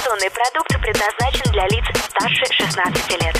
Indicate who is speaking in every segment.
Speaker 1: Информационный продукт предназначен для лиц старше 16 лет.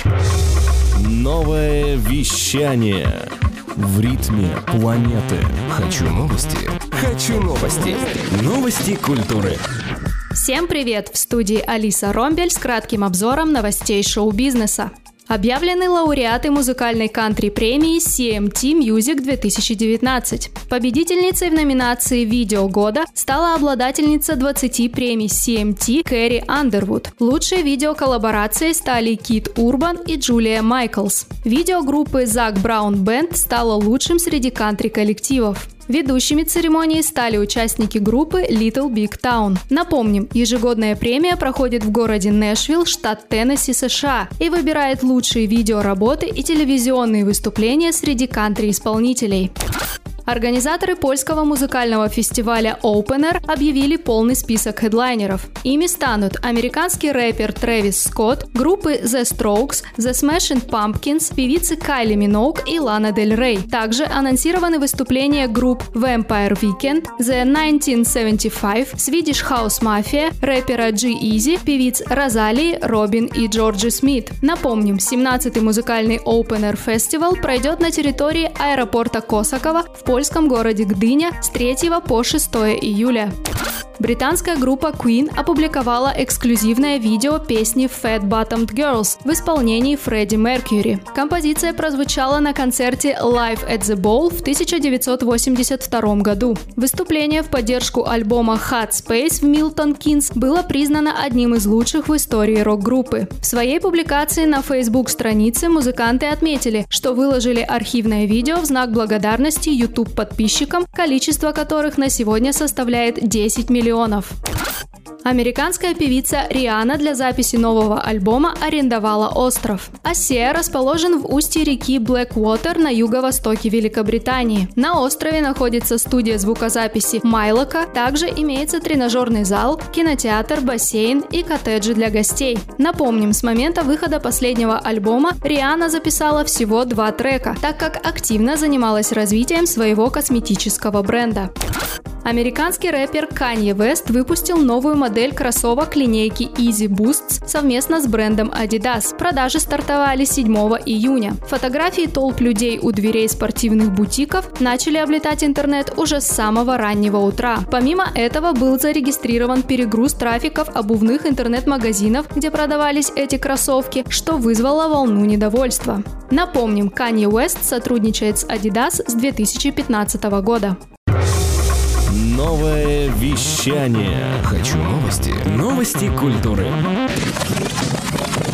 Speaker 2: Новое вещание в ритме планеты.
Speaker 3: Хочу новости. Хочу новости. Новости культуры.
Speaker 4: Всем привет! В студии Алиса Ромбель с кратким обзором новостей шоу-бизнеса. Объявлены лауреаты музыкальной кантри-премии CMT Music 2019. Победительницей в номинации «Видео года» стала обладательница 20 премий CMT Кэрри Андервуд. Лучшей видеоколлаборацией стали Кид Урбан и Джулия Майклс. Видео группы Зак Браун Бэнд стало лучшим среди кантри-коллективов. Ведущими церемонии стали участники группы Little Big Town. Напомним, ежегодная премия проходит в городе Нэшвилл, штат Теннесси, США, и выбирает лучшие видеоработы и телевизионные выступления среди кантри-исполнителей. Организаторы польского музыкального фестиваля Opener объявили полный список хедлайнеров. Ими станут американский рэпер Трэвис Скотт, группы The Strokes, The Smashing Pumpkins, певицы Кайли Миноуг и Лана Дель Рей. Также анонсированы выступления групп Vampire Weekend, The 1975, Swedish House Mafia, рэпера G-Eazy, певиц Розалии, Робин и Джорджи Смит. Напомним, 17-й музыкальный Opener Festival пройдет на территории аэропорта Косаково в польском городе Гдыня с 3 по 6 июля. Британская группа Queen опубликовала эксклюзивное видео песни Fat Bottomed Girls в исполнении Фредди Меркьюри. Композиция прозвучала на концерте Live at the Bowl в 1982 году. Выступление в поддержку альбома Hot Space в Милтон Кинс было признано одним из лучших в истории рок-группы. В своей публикации на Facebook-странице музыканты отметили, что выложили архивное видео в знак благодарности YouTube-подписчикам, количество которых на сегодня составляет 10 миллионов. Американская певица Риhanna для записи нового альбома арендовала остров. Осеа расположен в устье реки Блэквотер на юго-востоке Великобритании. На острове находится студия звукозаписи Майлока, также имеется тренажерный зал, кинотеатр, бассейн и коттеджи для гостей. Напомним, с момента выхода последнего альбома Риhanna записала всего 2 трека, так как активно занималась развитием своего косметического бренда. Американский рэпер Канье Вест выпустил новую модель кроссовок линейки Easy Boosts совместно с брендом Adidas. Продажи стартовали 7 июня. Фотографии толп людей у дверей спортивных бутиков начали облетать интернет уже с самого раннего утра. Помимо этого был зарегистрирован перегруз трафика в обувных интернет-магазинов, где продавались эти кроссовки, что вызвало волну недовольства. Напомним, Канье Уэст сотрудничает с Adidas с 2015 года.
Speaker 2: Новое вещание.
Speaker 3: Хочу новости. Новости культуры.